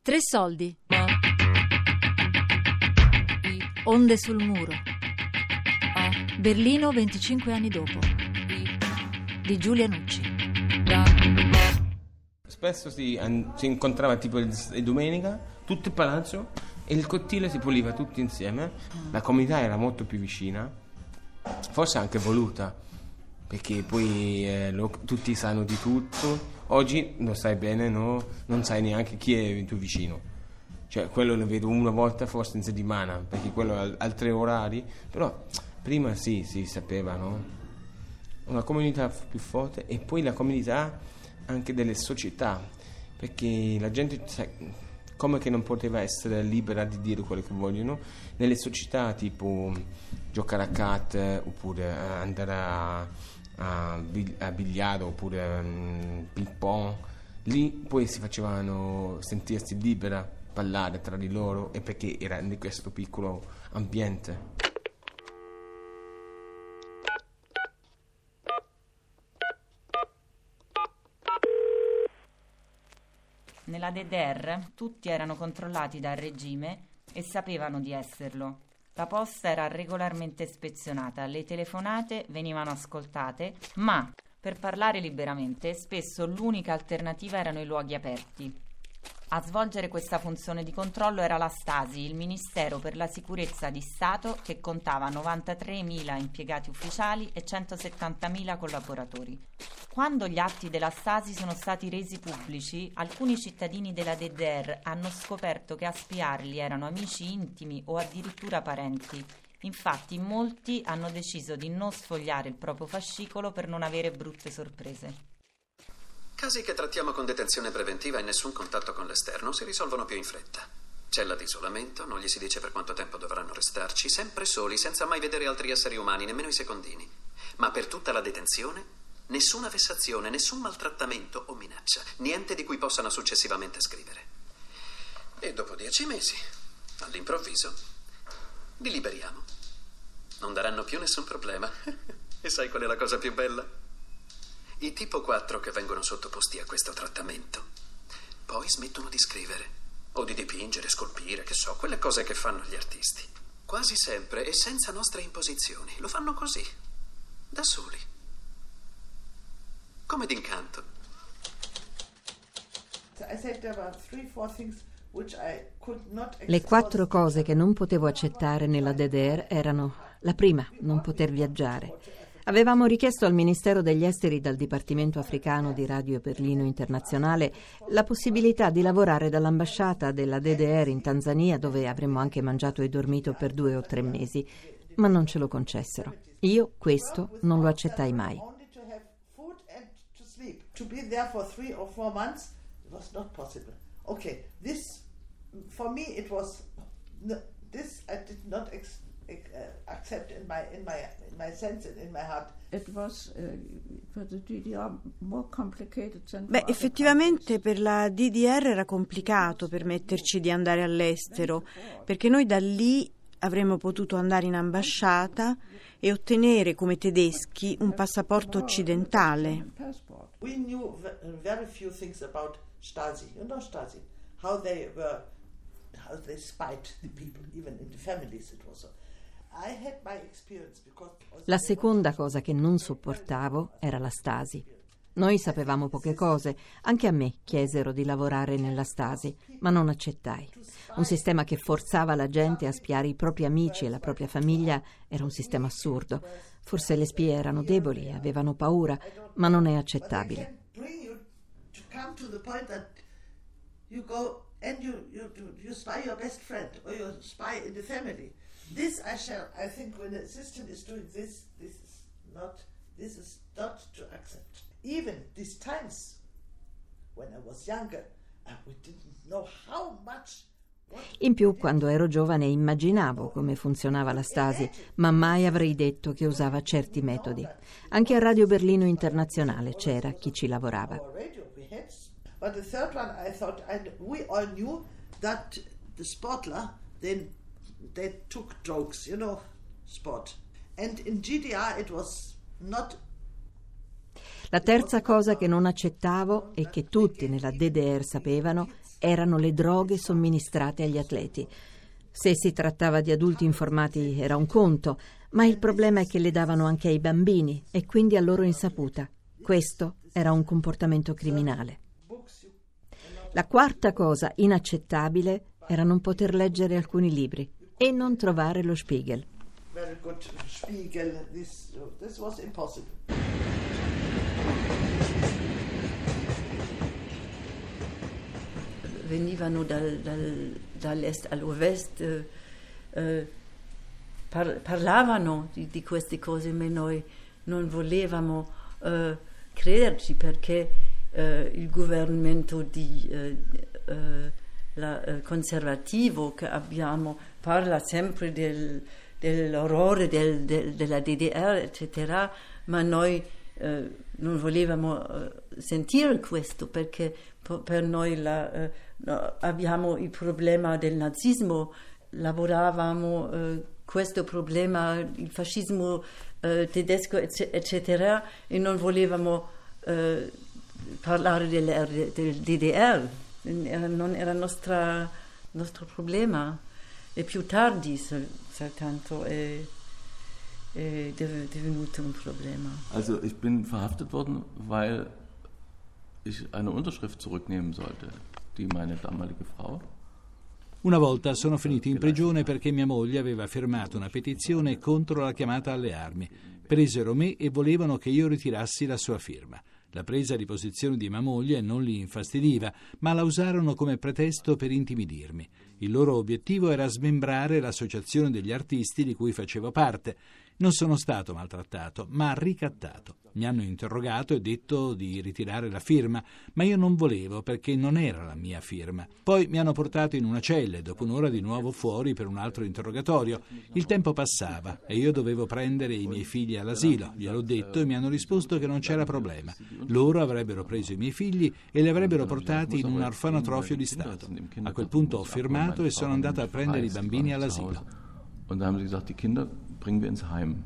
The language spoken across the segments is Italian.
Tre soldi. Onde sul muro. Berlino 25 anni dopo. Di Giulia Nucci. Spesso si incontrava tipo di domenica, tutto il palazzo, e il cortile si puliva tutti insieme. La comunità era molto più vicina, forse anche voluta, perché poi tutti sanno di tutto. Oggi lo sai bene, no? Non sai neanche chi è il tuo vicino. Cioè, quello lo vedo una volta forse in settimana, perché quello ha altri orari. Però prima sì, si sapeva, no? Una comunità più forte, e poi la comunità anche delle società, perché la gente, come che non poteva essere libera di dire quello che vogliono, nelle società tipo giocare a carte, oppure andare a biliardo, oppure ping pong, lì poi si facevano sentirsi libera, parlare tra di loro, e perché era in questo piccolo ambiente. Nella DDR tutti erano controllati dal regime e sapevano di esserlo. La posta era regolarmente ispezionata, le telefonate venivano ascoltate, ma per parlare liberamente spesso l'unica alternativa erano i luoghi aperti. A svolgere questa funzione di controllo era la Stasi, il Ministero per la Sicurezza di Stato, che contava 93.000 impiegati ufficiali e 170.000 collaboratori. Quando gli atti della Stasi sono stati resi pubblici, alcuni cittadini della DDR hanno scoperto che a spiarli erano amici intimi o addirittura parenti. Infatti molti hanno deciso di non sfogliare il proprio fascicolo per non avere brutte sorprese. Casi che trattiamo con detenzione preventiva e nessun contatto con l'esterno si risolvono più in fretta. Cella di isolamento, non gli si dice per quanto tempo dovranno restarci, sempre soli, senza mai vedere altri esseri umani, nemmeno i secondini. Ma per tutta la detenzione, nessuna vessazione, nessun maltrattamento o minaccia, niente di cui possano successivamente scrivere. E dopo 10 mesi, all'improvviso, li liberiamo. Non daranno più nessun problema. E sai qual è la cosa più bella? I tipo 4 che vengono sottoposti a questo trattamento poi smettono di scrivere o di dipingere, scolpire, che so, quelle cose che fanno gli artisti. Quasi sempre e senza nostre imposizioni. Lo fanno così, da soli. Come d'incanto. Le 4 cose che non potevo accettare nella DDR erano: la prima, non poter viaggiare. Avevamo richiesto al Ministero degli Esteri dal Dipartimento Africano di Radio Berlino Internazionale la possibilità di lavorare dall'ambasciata della DDR in Tanzania, dove avremmo anche mangiato e dormito per 2 o 3 mesi, ma non ce lo concessero. Io questo non lo accettai mai. To be there for 3 or 4 months was not possible. Okay, this for me it was this I did not accept in my sense and in my heart. It was for the DDR more complicated than. Beh, effettivamente per la DDR era complicato permetterci di andare all'estero, perché noi da lì avremmo potuto andare in ambasciata e ottenere come tedeschi un passaporto occidentale. We knew very few things about Stasi. You know Stasi, how they spied the people, even in the families it was so. I had my experience because La seconda cosa che non sopportavo era la Stasi. Noi sapevamo poche cose, anche a me chiesero di lavorare nella Stasi, ma non accettai. Un sistema che forzava la gente a spiare i propri amici e la propria famiglia era un sistema assurdo. Forse le spie erano deboli, avevano paura, ma non è accettabile. You spy your best friend or you spy in the family. This I think when the system is doing this is not to accept. Even these times when I was younger, we didn't know how much. In più, quando ero giovane immaginavo come funzionava la Stasi, ma mai avrei detto che usava certi metodi. Anche a Radio Berlino Internazionale c'era chi ci lavorava. But the third one, I thought, we all knew that the Sportler, they took drugs, you know, sport. And in GDR it was not. La terza cosa che non accettavo e che tutti nella DDR sapevano erano le droghe somministrate agli atleti. Se si trattava di adulti informati era un conto, ma il problema è che le davano anche ai bambini e quindi a loro insaputa. Questo era un comportamento criminale. La quarta cosa inaccettabile era non poter leggere alcuni libri e non trovare lo Spiegel. Very good Spiegel, this was impossible. Venivano dall'est all'ovest, parlavano di queste cose, ma noi non volevamo crederci perché il governo conservativo che abbiamo parla sempre dell'orrore della DDR, eccetera, ma noi non volevamo sentire questo perché per noi abbiamo il problema del nazismo, lavoravamo questo problema, il fascismo tedesco, eccetera, e non volevamo parlare del DDR, non era nostro problema. E più tardi soltanto è divenuto un problema. Also ich bin verhaftet worden, weil ich eine Unterschrift zurücknehmen sollte, die meine damalige Frau. Una volta sono finito in prigione perché mia moglie aveva firmato una petizione contro la chiamata alle armi. Presero me e volevano che io ritirassi la sua firma. La presa di posizione di mia moglie non li infastidiva, ma la usarono come pretesto per intimidirmi. Il loro obiettivo era smembrare l'associazione degli artisti di cui facevo parte. Non sono stato maltrattato, ma ricattato. Mi hanno interrogato e detto di ritirare la firma, ma io non volevo perché non era la mia firma. Poi mi hanno portato in una cella e dopo un'ora di nuovo fuori per un altro interrogatorio. Il tempo passava e io dovevo prendere i miei figli all'asilo. Gliel'ho detto e mi hanno risposto che non c'era problema. Loro avrebbero preso i miei figli e li avrebbero portati in un orfanotrofio di Stato. A quel punto ho firmato e sono andato a prendere i bambini all'asilo. Und da haben sie gesagt, die Kinder bringen wir ins Heim.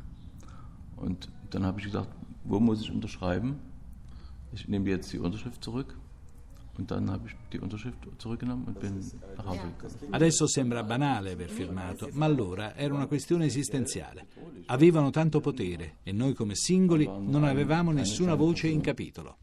Und dann habe ich gesagt, wo muss ich unterschreiben? Ich nehme jetzt die Unterschrift zurück. Und dann habe ich die Unterschrift zurückgenommen und bin nach Hause gegangen. Adesso sembra banale aver firmato, ma allora era una questione esistenziale. Avevano tanto potere e noi come singoli non avevamo nessuna voce in capitolo.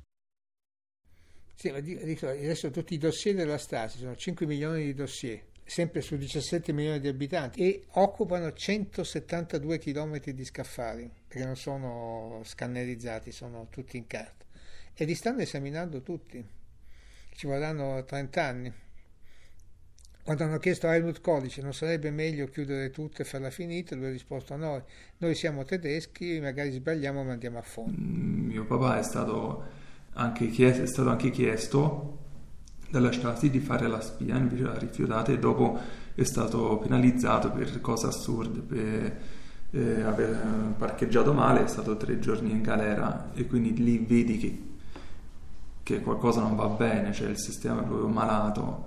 Sì, ma dico, adesso tutti i dossier della Stasi, sono 5 milioni di dossier, sempre su 17 milioni di abitanti, e occupano 172 chilometri di scaffali, perché non sono scannerizzati, sono tutti in carta. E li stanno esaminando tutti. Ci vorranno 30 anni. Quando hanno chiesto a Helmut Kohl, non sarebbe meglio chiudere tutto e farla finita, lui ha risposto no, noi siamo tedeschi, magari sbagliamo ma andiamo a fondo. Mio papà è stato anche chiesto dalla Stasi di fare la spia, invece l'ha rifiutata e dopo è stato penalizzato per cose assurde, per aver parcheggiato male, è stato 3 giorni in galera e quindi lì vedi che qualcosa non va bene, cioè il sistema è proprio malato.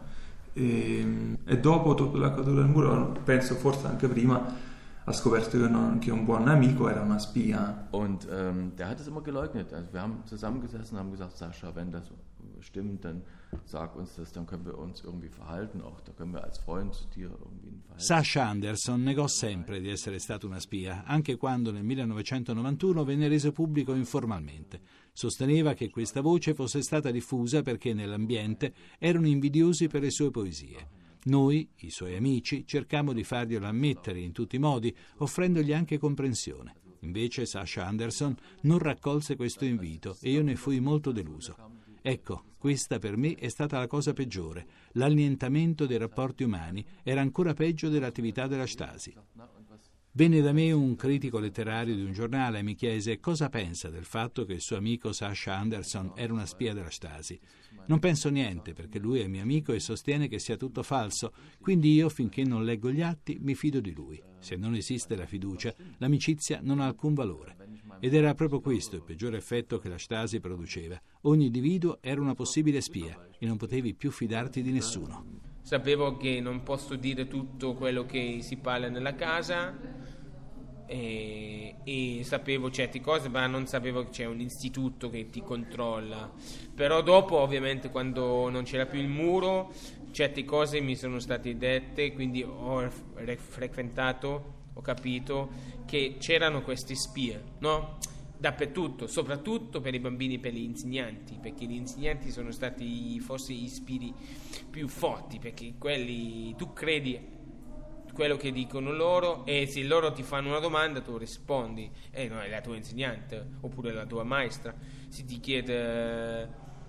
E dopo la caduta del muro, penso forse anche prima, ha scoperto che un buon amico era una spia. Und der hat es immer geleugnet. Also wir haben zusammengesessen und haben gesagt, Sascha, wenn das stimmt, dann sag uns das, dann können wir uns irgendwie verhalten, auch da können wir als Freund zu dir irgendwie verhalten. Sascha Anderson negò sempre di essere stato una spia, anche quando nel 1991 venne reso pubblico informalmente. Sosteneva che questa voce fosse stata diffusa perché nell'ambiente erano invidiosi per le sue poesie. Noi, i suoi amici, cercammo di farglielo ammettere in tutti i modi, offrendogli anche comprensione. Invece Sascha Anderson non raccolse questo invito e io ne fui molto deluso. Ecco, questa per me è stata la cosa peggiore. L'annientamento dei rapporti umani era ancora peggio dell'attività della Stasi. Venne da me un critico letterario di un giornale e mi chiese cosa pensa del fatto che il suo amico Sascha Anderson era una spia della Stasi. Non penso niente perché lui è mio amico e sostiene che sia tutto falso, quindi io finché non leggo gli atti mi fido di lui. Se non esiste la fiducia, l'amicizia non ha alcun valore. Ed era proprio questo il peggiore effetto che la Stasi produceva. Ogni individuo era una possibile spia e non potevi più fidarti di nessuno. Sapevo che non posso dire tutto quello che si parla nella casa e sapevo certe cose, ma non sapevo che c'è un istituto che ti controlla. Però dopo, ovviamente, quando non c'era più il muro, certe cose mi sono state dette, quindi ho frequentato, ho capito che c'erano questi spie, no? Dappertutto, soprattutto per i bambini e per gli insegnanti, perché gli insegnanti sono stati forse gli spiri più forti, perché quelli tu credi quello che dicono loro e se loro ti fanno una domanda tu rispondi, no, è la tua insegnante oppure la tua maestra. Se ti chiede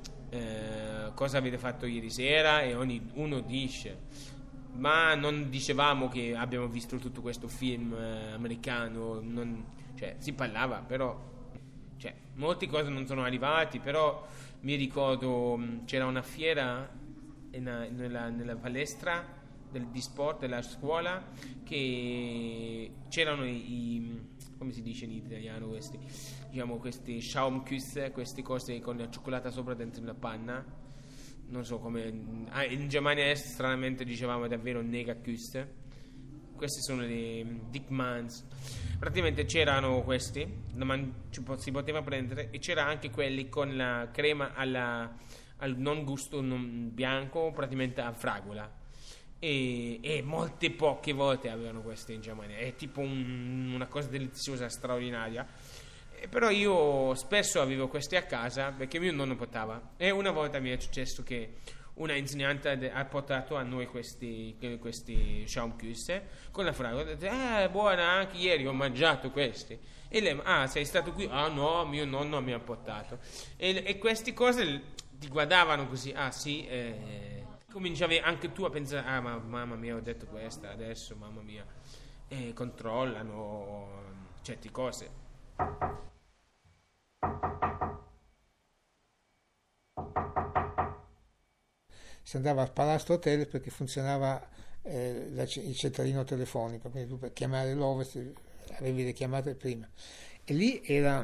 cosa avete fatto ieri sera e ognuno dice, ma non dicevamo che abbiamo visto tutto questo film americano, cioè si parlava, però molte cose non sono arrivate, però mi ricordo c'era una fiera nella palestra di sport della scuola, che c'erano come si dice in italiano questi, diciamo, questi Schaumküsse, queste cose con la cioccolata sopra dentro la panna, non so come in Germania Est stranamente dicevamo davvero Negerküsse. Questi sono le Dickmanns. Praticamente c'erano questi, si poteva prendere, e c'era anche quelli con la crema al non gusto non bianco, praticamente a fragola. E molte poche volte avevano queste in Germania. È tipo una cosa deliziosa, straordinaria. Però io spesso avevo queste a casa perché mio nonno portava. E una volta mi è successo che una insegnante ha portato a noi questi Schaumküsse con la fragola. Ha detto, buona, anche ieri ho mangiato questi. E lei, sei stato qui? No, mio nonno mi ha portato. E queste cose ti guardavano così, sì, cominciavi anche tu a pensare, ma mamma mia, ho detto questa, adesso mamma mia, controllano certe cose. Si andava al Palazzo Hotel perché funzionava il centralino telefonico, quindi tu per chiamare l'Ovest avevi le chiamate prima, e lì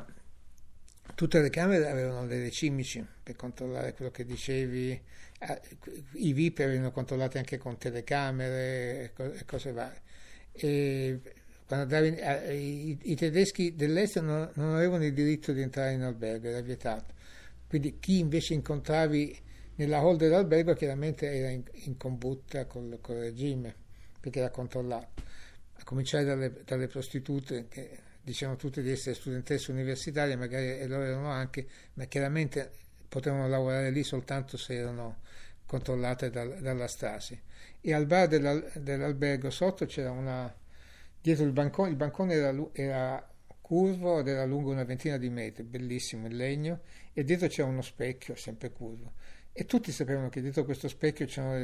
tutte le camere avevano delle cimici per controllare quello che dicevi. I VIP erano controllati anche con telecamere e cose varie. E quando andavi, i tedeschi dell'est non avevano il diritto di entrare in albergo, era vietato. Quindi chi invece incontravi nella hall dell'albergo chiaramente era in combutta col regime, perché era controllato. A cominciare dalle prostitute, che dicevano tutte di essere studentesse universitarie, magari loro erano anche, ma chiaramente potevano lavorare lì soltanto se erano controllate dalla Stasi. E al bar dell'albergo sotto c'era dietro il bancone era curvo ed era lungo una ventina di metri, bellissimo in legno, e dietro c'era uno specchio sempre curvo, e tutti sapevano che dietro questo specchio c'erano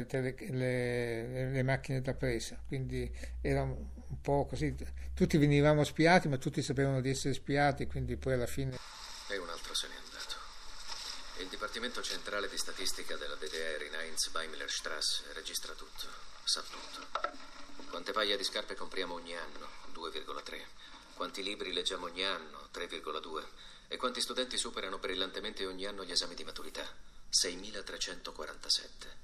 le macchine da presa, quindi era un po' così, tutti venivamo spiati, ma tutti sapevano di essere spiati, quindi poi alla fine... E un altro se n'è andato. Il Dipartimento Centrale di Statistica della DDR in Heinz-Beimler-Straße registra tutto, sa tutto. Quante paia di scarpe compriamo ogni anno? 2,3. Quanti libri leggiamo ogni anno? 3,2. E quanti studenti superano brillantemente ogni anno gli esami di maturità? 6.347.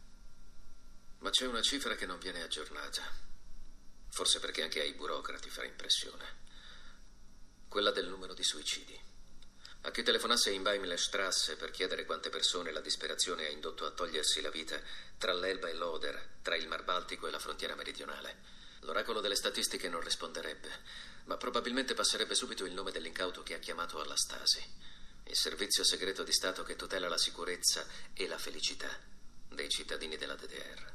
Ma c'è una cifra che non viene aggiornata. Forse perché anche ai burocrati fa impressione. Quella del numero di suicidi. A chi telefonasse in Beimler-Straße per chiedere quante persone la disperazione ha indotto a togliersi la vita tra l'Elba e l'Oder, tra il Mar Baltico e la frontiera meridionale, l'oracolo delle statistiche non risponderebbe, ma probabilmente passerebbe subito il nome dell'incauto che ha chiamato alla Stasi, il servizio segreto di Stato che tutela la sicurezza e la felicità dei cittadini della DDR.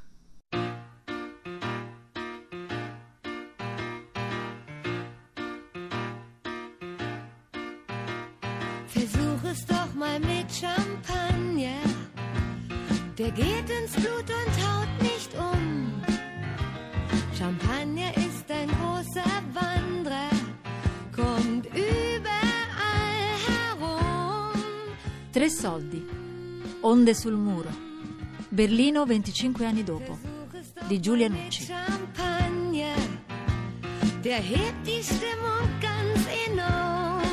Versuch es doch mal mit Champagner, der geht ins Blut und haut nicht um. Champagner ist ein großer Wanderer, kommt überall herum. 3 soldi, onde sul muro, Berlino 25 anni dopo, di Giulia Nucci. Champagner, der hebt die Stimmung ganz enorm.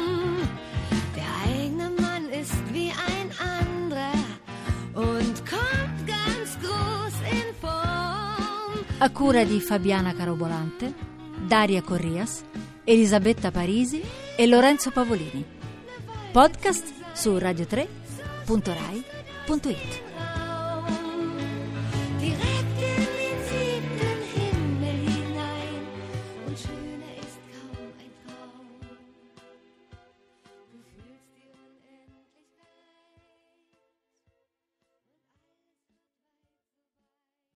Wie ein anderer und kommt ganz groß in Form. A cura di Fabiana Carobolante, Daria Corrias, Elisabetta Parisi e Lorenzo Pavolini. Podcast su radio3.rai.it.